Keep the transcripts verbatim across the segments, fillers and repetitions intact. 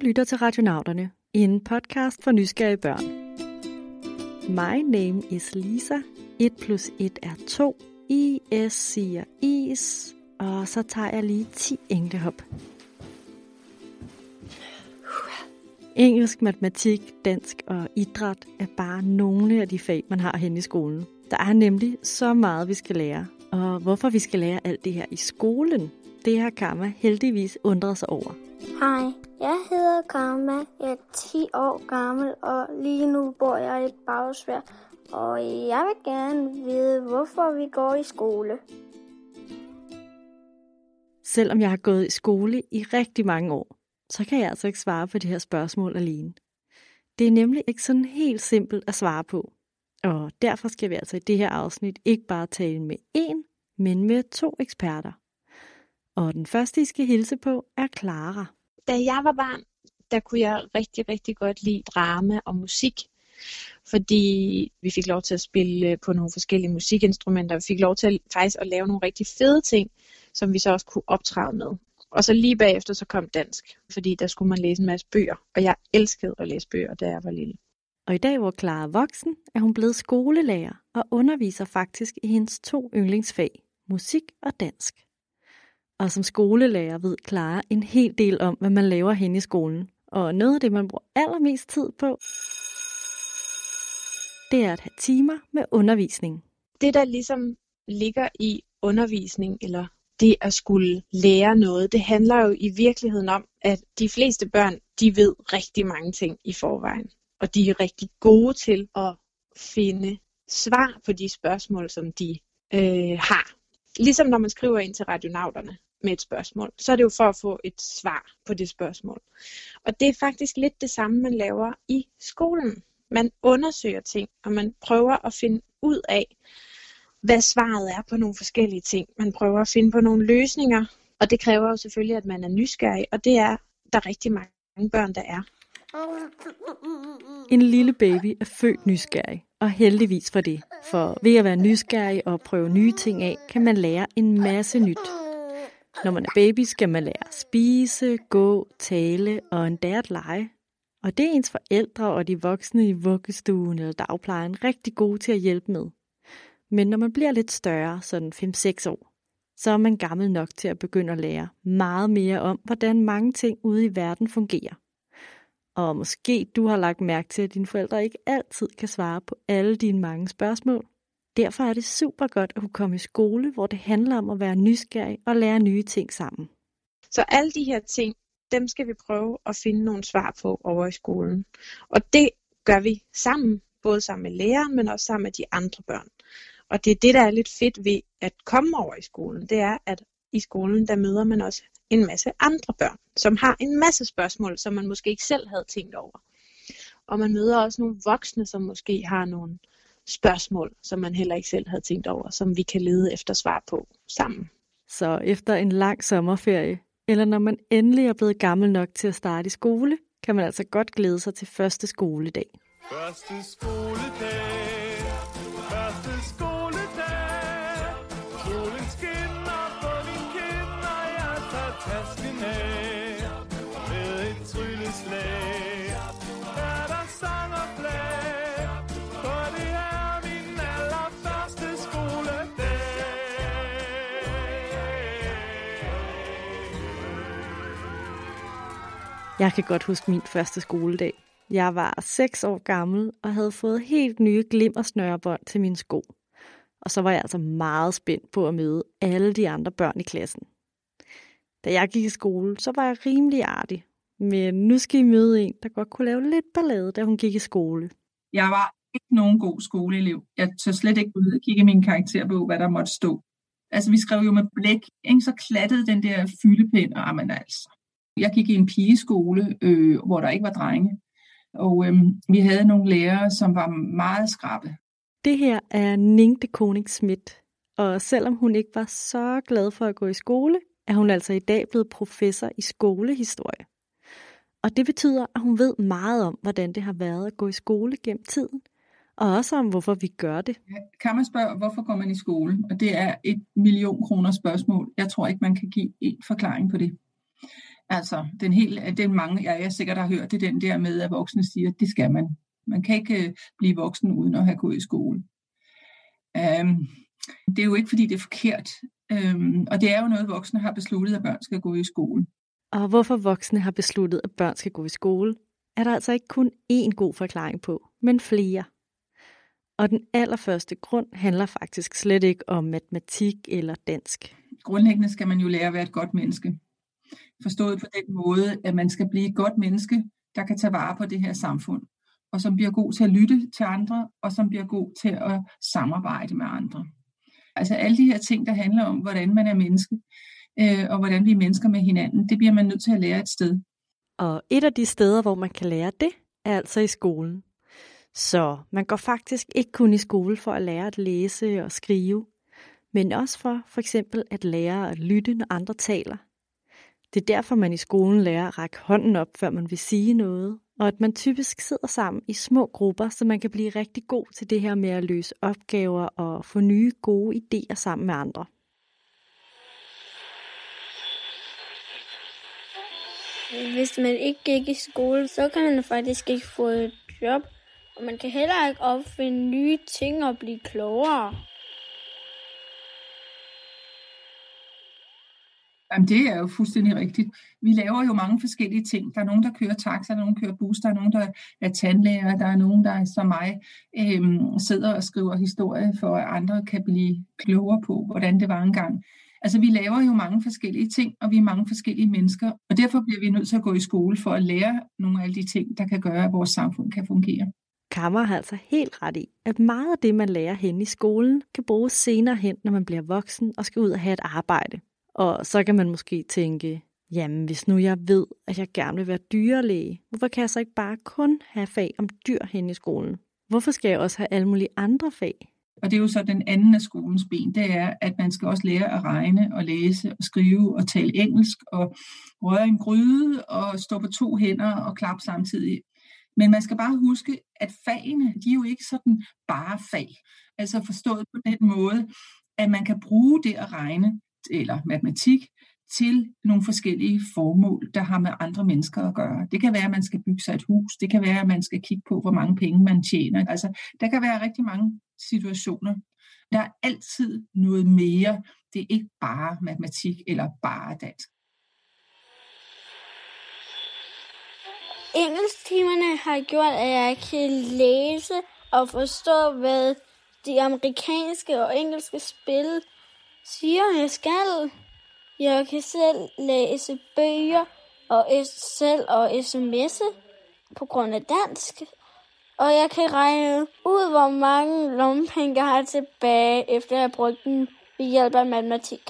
lytter til Radionauterne, en podcast for nysgerrige børn. My name is Lisa. et plus et er to. I S siger is. Og så tager jeg lige ti englehop. Engelsk, matematik, dansk og idræt er bare nogle af de fag, man har henne i skolen. Der er nemlig så meget, vi skal lære. Og hvorfor vi skal lære alt det her i skolen, det har Karma heldigvis undret sig over. Hej, jeg hedder Karma. Jeg er ti år gammel, og lige nu bor jeg i Bagsværd. Og jeg vil gerne vide, hvorfor vi går i skole. Selvom jeg har gået i skole i rigtig mange år, så kan jeg altså ikke svare på det her spørgsmål alene. Det er nemlig ikke sådan helt simpelt at svare på. Og derfor skal vi altså i det her afsnit ikke bare tale med én, men med to eksperter. Og den første, I skal hilse på, er Clara. Da jeg var barn, der kunne jeg rigtig, rigtig godt lide drama og musik. Fordi vi fik lov til at spille på nogle forskellige musikinstrumenter. Vi fik lov til at, faktisk at lave nogle rigtig fede ting, som vi så også kunne optræde med. Og så lige bagefter så kom dansk, fordi der skulle man læse en masse bøger. Og jeg elskede at læse bøger, da jeg var lille. Og i dag, hvor Clara er voksen, er hun blevet skolelærer og underviser faktisk i hendes to yndlingsfag, musik og dansk. Og som skolelærer ved Clara en hel del om, hvad man laver henne i skolen. Og noget af det, man bruger allermest tid på, det er at have timer med undervisning. Det, der ligesom ligger i undervisning, eller det at skulle lære noget, det handler jo i virkeligheden om, at de fleste børn, de ved rigtig mange ting i forvejen. Og de er rigtig gode til at finde svar på de spørgsmål, som de øh, har. Ligesom når man skriver ind til Radionauterne med et spørgsmål, så er det jo for at få et svar på det spørgsmål. Og det er faktisk lidt det samme, man laver i skolen. Man undersøger ting, og man prøver at finde ud af, hvad svaret er på nogle forskellige ting. Man prøver at finde på nogle løsninger, og det kræver jo selvfølgelig, at man er nysgerrig, og det er der rigtig mange børn, der er. En lille baby er født nysgerrig, og heldigvis for det. For ved at være nysgerrig og prøve nye ting af, kan man lære en masse nyt. Når man er baby, skal man lære at spise, gå, tale og endda at lege. Og det er ens forældre og de voksne i vuggestuen eller dagplejen rigtig gode til at hjælpe med. Men når man bliver lidt større, sådan fem seks år, så er man gammel nok til at begynde at lære meget mere om, hvordan mange ting ude i verden fungerer. Og måske du har lagt mærke til, at dine forældre ikke altid kan svare på alle dine mange spørgsmål. Derfor er det super godt at kunne komme i skole, hvor det handler om at være nysgerrig og lære nye ting sammen. Så alle de her ting, dem skal vi prøve at finde nogle svar på over i skolen. Og det gør vi sammen, både sammen med læreren, men også sammen med de andre børn. Og det er det, der er lidt fedt ved at komme over i skolen. Det er, at i skolen, der møder man også en masse andre børn, som har en masse spørgsmål, som man måske ikke selv havde tænkt over. Og man møder også nogle voksne, som måske har nogle spørgsmål, som man heller ikke selv havde tænkt over, som vi kan lede efter svar på sammen. Så efter en lang sommerferie, eller når man endelig er blevet gammel nok til at starte i skole, kan man altså godt glæde sig til første skoledag. Første skoledag, første skoledag, solen skinner på min kinder, jeg tager tasken af, med et trylleslag, er der sang og flag, for det er min allerførste skoledag. Jeg kan godt huske min første skoledag. Jeg var seks år gammel og havde fået helt nye glimmersnørebånd til mine sko. Og så var jeg altså meget spændt på at møde alle de andre børn i klassen. Da jeg gik i skole, så var jeg rimelig artig. Men nu skal I møde en, der godt kunne lave lidt ballade, da hun gik i skole. Jeg var ikke nogen god skoleelev. Jeg tør slet ikke ud og kigge i min karakterbog, hvad der måtte stå. Altså, vi skrev jo med blæk, ikke? Så klattede den der fyldepind, og amen altså. Jeg gik i en pigeskole, øh, hvor der ikke var drenge. Og øh, vi havde nogle lærere, som var meget skrappe. Det her er Ning de Koning Schmidt, og selvom hun ikke var så glad for at gå i skole, er hun altså i dag blevet professor i skolehistorie. Og det betyder, at hun ved meget om, hvordan det har været at gå i skole gennem tiden, og også om, hvorfor vi gør det. Kan man spørge, hvorfor går man i skole? Og det er et million kroner spørgsmål. Jeg tror ikke, man kan give en forklaring på det. Altså, den helt, den mange, ja, jeg sikkert har hørt, det er den der med, at voksne siger, at det skal man. Man kan ikke øh, blive voksen uden at have gået i skole. Um, det er jo ikke, fordi det er forkert. Um, og det er jo noget, voksne har besluttet, at børn skal gå i skole. Og hvorfor voksne har besluttet, at børn skal gå i skole, er der altså ikke kun én god forklaring på, men flere. Og den allerførste grund handler faktisk slet ikke om matematik eller dansk. Grundlæggende skal man jo lære at være et godt menneske. Forstået på den måde, at man skal blive et godt menneske, der kan tage vare på det her samfund, og som bliver god til at lytte til andre, og som bliver god til at samarbejde med andre. Altså alle de her ting, der handler om, hvordan man er menneske, øh, og hvordan vi er mennesker med hinanden, det bliver man nødt til at lære et sted. Og et af de steder, hvor man kan lære det, er altså i skolen. Så man går faktisk ikke kun i skole for at lære at læse og skrive, men også for for eksempel at lære at lytte, når andre taler. Det er derfor, man i skolen lærer at række hånden op, før man vil sige noget, og at man typisk sidder sammen i små grupper, så man kan blive rigtig god til det her med at løse opgaver og få nye gode idéer sammen med andre. Hvis man ikke gik i skole, så kan man faktisk ikke få et job, og man kan heller ikke opfinde nye ting og blive klogere. Jamen, det er jo fuldstændig rigtigt. Vi laver jo mange forskellige ting. Der er nogen, der kører taxa, der er nogen, der kører bus, der er nogen, der er tandlæger, der er nogen, der som mig øhm, sidder og skriver historie, for at andre kan blive klogere på, hvordan det var engang. Altså, vi laver jo mange forskellige ting, og vi er mange forskellige mennesker, og derfor bliver vi nødt til at gå i skole for at lære nogle af alle de ting, der kan gøre, at vores samfund kan fungere. Kammer har altså helt ret i, at meget af det, man lærer hen i skolen, kan bruges senere hen, når man bliver voksen og skal ud og have et arbejde. Og så kan man måske tænke, jamen hvis nu jeg ved, at jeg gerne vil være dyrlæge, hvorfor kan jeg så ikke bare kun have fag om dyr hen i skolen? Hvorfor skal jeg også have alle mulige andre fag? Og det er jo så den anden af skolens ben, det er, at man skal også lære at regne og læse og skrive og tale engelsk og røre en gryde og stå på to hænder og klappe samtidig. Men man skal bare huske, at fagene, de er jo ikke sådan bare fag. Altså forstået på den måde, at man kan bruge det at regne eller matematik til nogle forskellige formål, der har med andre mennesker at gøre. Det kan være, at man skal bygge sig et hus. Det kan være, at man skal kigge på, hvor mange penge man tjener. Altså, der kan være rigtig mange situationer. Der er altid noget mere. Det er ikke bare matematik eller bare dansk. Engelsktimerne har gjort, at jeg kan læse og forstå, hvad de amerikanske og engelske spil siger, jeg skal. Jeg kan selv læse bøger og selv og sms'e på grund af dansk. Og jeg kan regne ud, hvor mange lommepenge jeg har tilbage, efter jeg har brugt dem ved hjælp af matematik.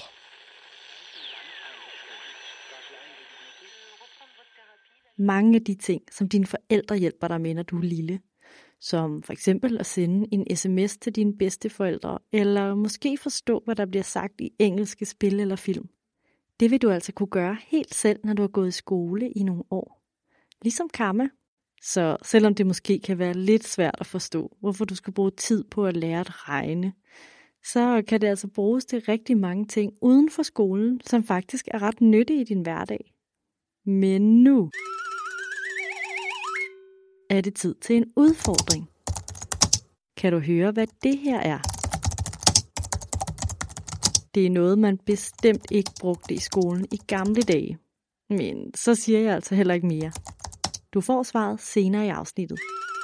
Mange af de ting, som dine forældre hjælper dig med, når du er lille, som for eksempel at sende en sms til dine bedsteforældre, eller måske forstå, hvad der bliver sagt i engelske spil eller film. Det vil du altså kunne gøre helt selv, når du har gået i skole i nogle år. Ligesom Kamma. Så selvom det måske kan være lidt svært at forstå, hvorfor du skal bruge tid på at lære at regne, så kan det altså bruges til rigtig mange ting uden for skolen, som faktisk er ret nyttige i din hverdag. Men nu er det tid til en udfordring. Kan du høre, hvad det her er? Det er noget, man bestemt ikke brugte i skolen i gamle dage. Men så siger jeg altså heller ikke mere. Du får svaret senere i afsnittet.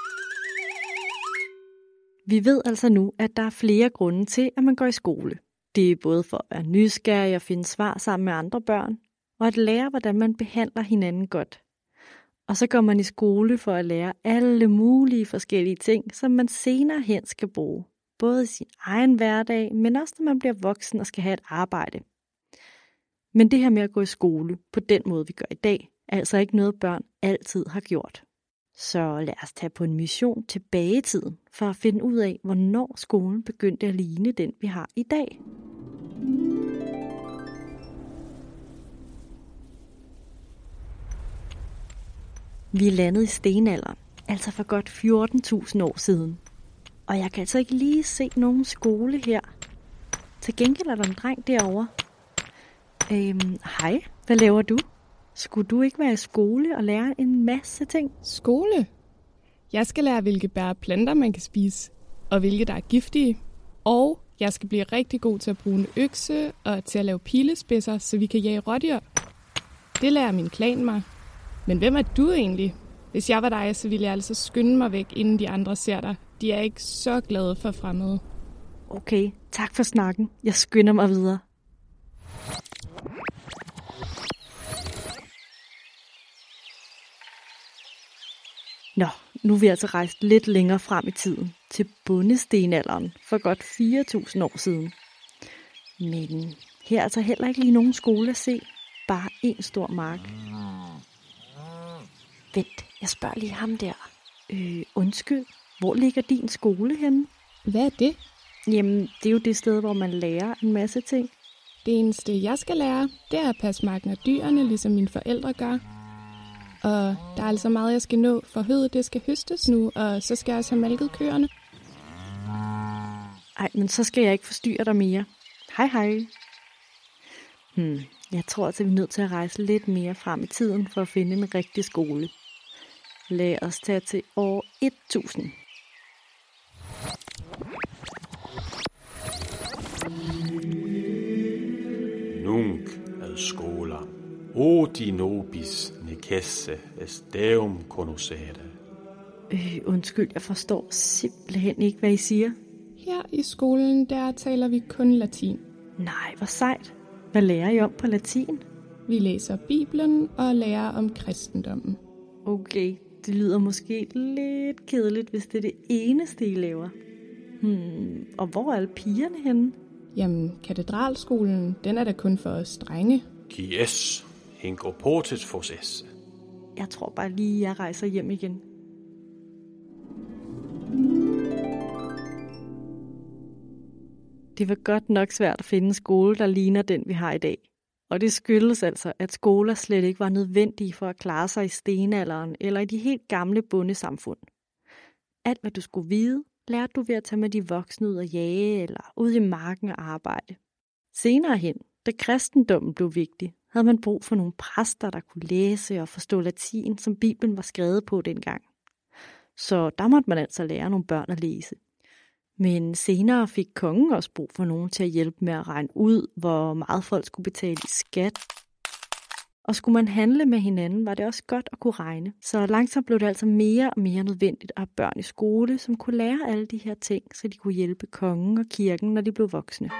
Vi ved altså nu, at der er flere grunde til, at man går i skole. Det er både for at være nysgerrig og finde svar sammen med andre børn, og at lære, hvordan man behandler hinanden godt. Og så går man i skole for at lære alle mulige forskellige ting, som man senere hen skal bruge. Både i sin egen hverdag, men også når man bliver voksen og skal have et arbejde. Men det her med at gå i skole på den måde, vi gør i dag, er altså ikke noget, børn altid har gjort. Så lad os tage på en mission tilbage i tiden, for at finde ud af, hvornår skolen begyndte at ligne den, vi har i dag. Vi er landet i stenalderen, altså for godt fjorten tusind år siden. Og jeg kan altså ikke lige se nogen skole her. Til gengæld er der en dreng derovre. Øhm, hej, hvad laver du? Skulle du ikke være i skole og lære en masse ting? Skole? Jeg skal lære, hvilke bær planter man kan spise, og hvilke der er giftige. Og jeg skal blive rigtig god til at bruge en økse og til at lave pilespidser, så vi kan jage rådyr. Det lærer min klan mig. Men hvem er du egentlig? Hvis jeg var dig, så ville jeg altså skynde mig væk, inden de andre ser dig. De er ikke så glade for fremmede. Okay, tak for snakken. Jeg skynder mig videre. Nå, nu er vi altså rejst lidt længere frem i tiden, til bondestenalderen for godt fire tusind år siden. Men her er altså heller ikke lige nogen skole at se, bare en stor mark. Vent, jeg spørger lige ham der. Øh, undskyld, hvor ligger din skole henne? Hvad er det? Jamen, det er jo det sted, hvor man lærer en masse ting. Det eneste, jeg skal lære, det er at passe marken af dyrene, ligesom mine forældre gør. Og der er altså meget, jeg skal nå, for høet det skal høstes nu, og så skal jeg også have malket køerne. Ej, men så skal jeg ikke forstyrre dig mere. Hej hej. Hmm, jeg tror altså, vi er nødt til at rejse lidt mere frem i tiden for at finde en rigtig skole. Lad os tage til år tusind. Nunc ad scola, odi nobis necesse est deum conocere. Øh, undskyld, jeg forstår simpelthen ikke, hvad I siger. Her i skolen, der taler vi kun latin. Nej, hvor sejt. Hvad lærer I om på latin? Vi læser Bibelen og lærer om kristendommen. Okay, det lyder måske lidt kedeligt, hvis det er det eneste, I laver. Hmm, og hvor er alle pigerne henne? Jamen, katedralskolen, den er da kun for os drenge. Qui es hinc potet fos esse. Jeg tror bare lige, jeg rejser hjem igen. Det var godt nok svært at finde en skole, der ligner den, vi har i dag. Og det skyldes altså, at skoler slet ikke var nødvendige for at klare sig i stenalderen eller i de helt gamle bondesamfund. Alt, hvad du skulle vide, lærte du ved at tage med de voksne ud og jage eller ud i marken og arbejde. Senere hen, da kristendommen blev vigtig, havde man brug for nogle præster, der kunne læse og forstå latin, som Bibelen var skrevet på dengang. Så der måtte man altså lære nogle børn at læse. Men senere fik kongen også brug for nogen til at hjælpe med at regne ud, hvor meget folk skulle betale i skat. Og skulle man handle med hinanden, var det også godt at kunne regne. Så langsomt blev det altså mere og mere nødvendigt at have børn i skole, som kunne lære alle de her ting, så de kunne hjælpe kongen og kirken, når de blev voksne.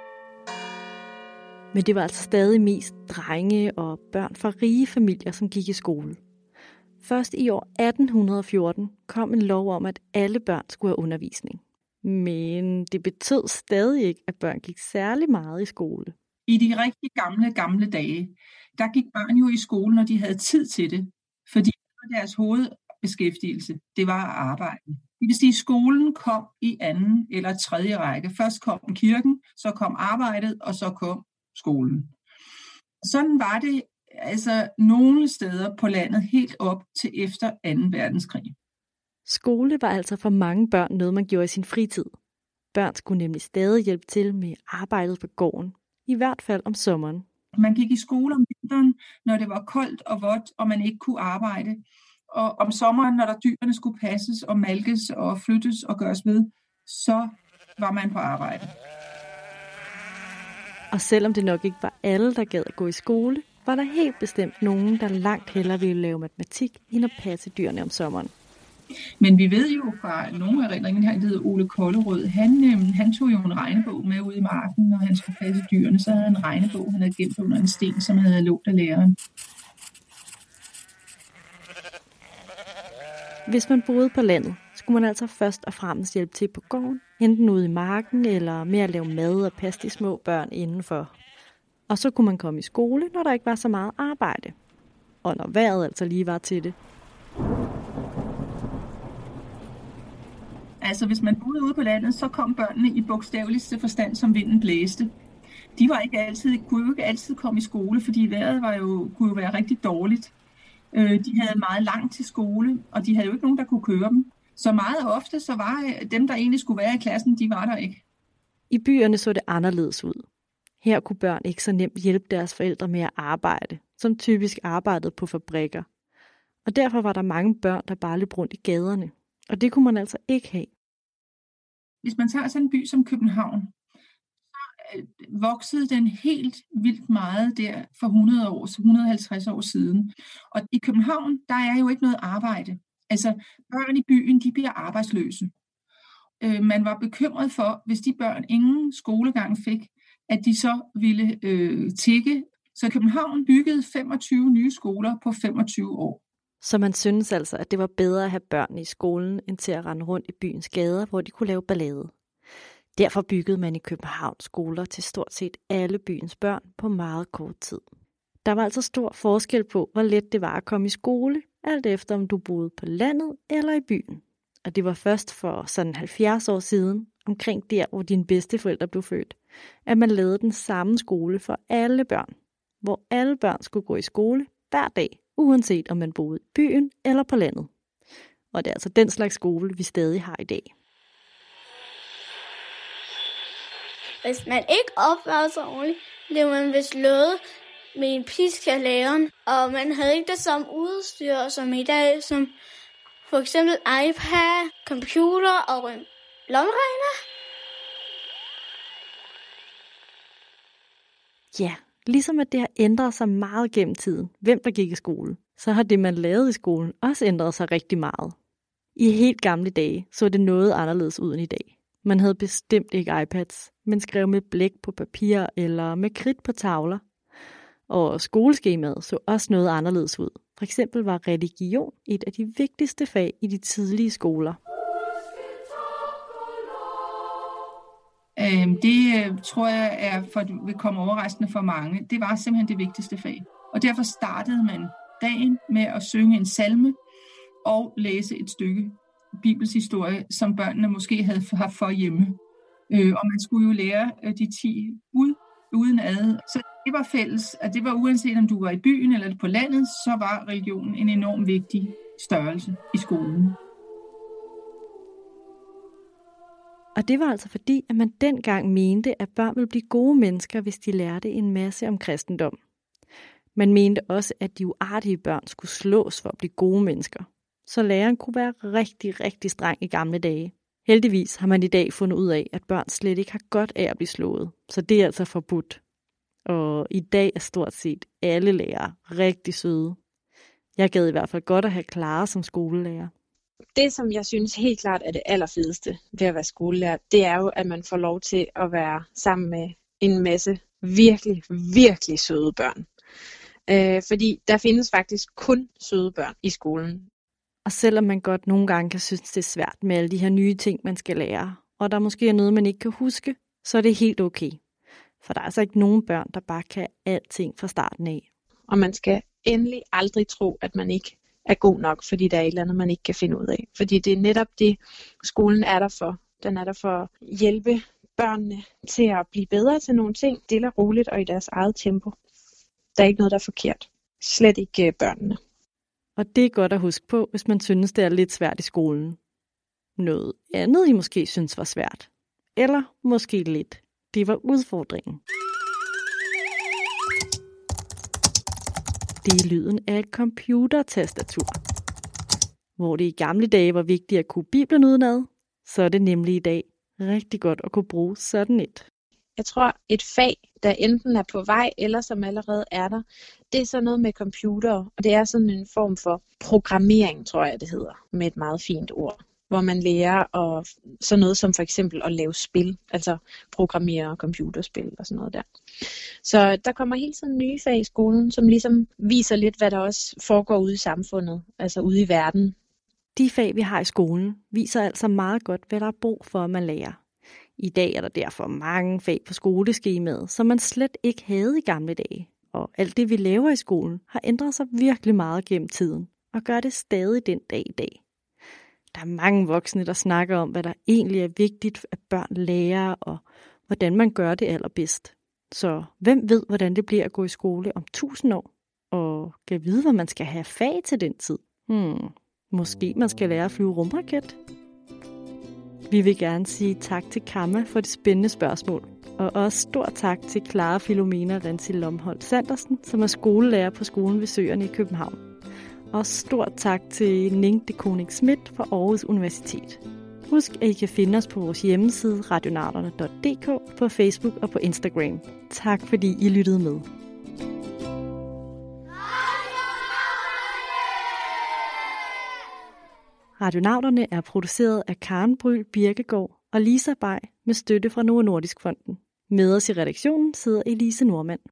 Men det var altså stadig mest drenge og børn fra rige familier, som gik i skole. Først i år atten fjorten kom en lov om, at alle børn skulle have undervisning. Men det betød stadig ikke, at børn gik særlig meget i skole. I de rigtig gamle, gamle dage, der gik børn jo i skole, når de havde tid til det. Fordi deres hovedbeskæftigelse, det var at arbejde. Det vil sige, at skolen kom i anden eller tredje række. Først kom kirken, så kom arbejdet, og så kom skolen. Sådan var det altså nogle steder på landet helt op til efter anden verdenskrig. Skole var altså for mange børn noget, man gjorde i sin fritid. Børn skulle nemlig stadig hjælpe til med arbejdet på gården, i hvert fald om sommeren. Man gik i skole om vinteren, når det var koldt og vådt, og man ikke kunne arbejde. Og om sommeren, når der dyrene skulle passes og malkes og flyttes og gøres ved, så var man på arbejde. Og selvom det nok ikke var alle, der gad at gå i skole, var der helt bestemt nogen, der langt hellere ville lave matematik, end at passe dyrene om sommeren. Men vi ved jo fra nogle af erindringerne her, der hedder Ole Kollerød, han, øh, han tog jo en regnebog med ud i marken, når han skulle passe dyrene. Så havde han en regnebog, han havde gemt under en sten, som han havde lånt af læreren. Hvis man boede på landet, skulle man altså først og fremmest hjælpe til på gården, enten ude i marken eller med at lave mad og passe de små børn indenfor. Og så kunne man komme i skole, når der ikke var så meget arbejde. Og når vejret altså lige var til det. Altså, hvis man boede ude på landet, så kom børnene i bogstaveligste forstand, som vinden blæste. De var ikke altid, kunne jo ikke altid komme i skole, fordi vejret var jo, kunne jo være rigtig dårligt. De havde meget langt til skole, og de havde jo ikke nogen, der kunne køre dem. Så meget ofte, så var dem, der egentlig skulle være i klassen, de var der ikke. I byerne så det anderledes ud. Her kunne børn ikke så nemt hjælpe deres forældre med at arbejde, som typisk arbejdede på fabrikker. Og derfor var der mange børn, der bare løb rundt i gaderne. Og det kunne man altså ikke have. Hvis man tager sådan en by som København, så voksede den helt vildt meget der for hundrede år, et hundrede og halvtreds år siden. Og i København, der er jo ikke noget arbejde. Altså børn i byen, de bliver arbejdsløse. Øh, man var bekymret for, hvis de børn ingen skolegang fik, at de så ville øh, tikke. Så København byggede femogtyve nye skoler på femogtyve år. Så man synes altså, at det var bedre at have børnene i skolen, end til at rende rundt i byens gader, hvor de kunne lave ballade. Derfor byggede man i København skoler til stort set alle byens børn på meget kort tid. Der var altså stor forskel på, hvor let det var at komme i skole, alt efter om du boede på landet eller i byen. Og det var først for sådan halvfjerds år siden, omkring der, hvor dine bedsteforældre blev født, at man lavede den samme skole for alle børn, hvor alle børn skulle gå i skole hver dag, uanset om man boede i byen eller på landet. Og det er altså den slags skole, vi stadig har i dag. Hvis man ikke opførte sig ordentligt, blev man vist slået med en pisk af læreren, og man havde ikke det samme udstyr som i dag, som for eksempel iPad, computer og en lommeregner. Ja, ligesom at det har ændret sig meget gennem tiden, hvem der gik i skole, så har det, man lavede i skolen, også ændret sig rigtig meget. I helt gamle dage så det noget anderledes ud end i dag. Man havde bestemt ikke iPads, men skrev med blæk på papir eller med kridt på tavler. Og skoleskemaet så også noget anderledes ud. For eksempel var religion et af de vigtigste fag i de tidlige skoler. Det tror jeg er, for det vil komme overraskende for mange, det var simpelthen det vigtigste fag. Og derfor startede man dagen med at synge en salme og læse et stykke bibelshistorie, som børnene måske havde haft for hjemme. Og man skulle jo lære de ti bud uden ad. Så det var fælles, og det var uanset om du var i byen eller på landet, så var religionen en enorm vigtig størrelse i skolen. Og det var altså fordi, at man dengang mente, at børn ville blive gode mennesker, hvis de lærte en masse om kristendom. Man mente også, at de uartige børn skulle slås for at blive gode mennesker. Så læreren kunne være rigtig, rigtig streng i gamle dage. Heldigvis har man i dag fundet ud af, at børn slet ikke har godt af at blive slået. Så det er altså forbudt. Og i dag er stort set alle lærere rigtig søde. Jeg gad i hvert fald godt at have Clara som skolelærer. Det, som jeg synes helt klart er det allerfedeste ved at være skolelærer, det er jo, at man får lov til at være sammen med en masse virkelig, virkelig søde børn. Øh, fordi der findes faktisk kun søde børn i skolen. Og selvom man godt nogle gange kan synes, det er svært med alle de her nye ting, man skal lære, og der måske er noget, man ikke kan huske, så er det helt okay. For der er altså ikke nogen børn, der bare kan alting fra starten af. Og man skal endelig aldrig tro, at man ikke er god nok, fordi der er et eller andet, man ikke kan finde ud af. Fordi det er netop det, skolen er der for. Den er der for at hjælpe børnene til at blive bedre til nogle ting, stille og roligt og i deres eget tempo. Der er ikke noget, der er forkert. Slet ikke børnene. Og det er godt at huske på, hvis man synes, det er lidt svært i skolen. Noget andet, I måske synes var svært. Eller måske lidt. Det var udfordringen. Det er lyden af et computertastatur. Hvor det i gamle dage var vigtigt at kunne Bibelen udenad, så er det nemlig i dag rigtig godt at kunne bruge sådan et. Jeg tror, et fag, der enten er på vej, eller som allerede er der, det er sådan noget med computer, og det er sådan en form for programmering, tror jeg det hedder, med et meget fint ord. Hvor man lærer at, sådan noget som for eksempel at lave spil, altså programmere computerspil og sådan noget der. Så der kommer hele tiden nye fag i skolen, som ligesom viser lidt, hvad der også foregår ude i samfundet, altså ude i verden. De fag, vi har i skolen, viser altså meget godt, hvad der er brug for, at man lærer. I dag er der derfor mange fag på skoleskemaet, som man slet ikke havde i gamle dage. Og alt det, vi laver i skolen, har ændret sig virkelig meget gennem tiden, og gør det stadig den dag i dag. Der er mange voksne, der snakker om, hvad der egentlig er vigtigt, at børn lærer, og hvordan man gør det allerbedst. Så hvem ved, hvordan det bliver at gå i skole om tusind år? Og kan vide, hvad man skal have fag til den tid? Hmm, måske man skal lære at flyve rumraket? Vi vil gerne sige tak til Kamma for det spændende spørgsmål. Og også stor tak til Clara Filomena Rensil Lomholt Sandersen, som er skolelærer på skolen ved Søerne i København. Og stort tak til Ning de Koning Schmidt fra Aarhus Universitet. Husk, at I kan finde os på vores hjemmeside radionauterne punktum d k, på Facebook og på Instagram. Tak fordi I lyttede med. Radionauterne er produceret af Karen Bryl Birkegaard og Lisa Bay med støtte fra Novo Nordisk Fonden. Med os i redaktionen sidder Elise Normand.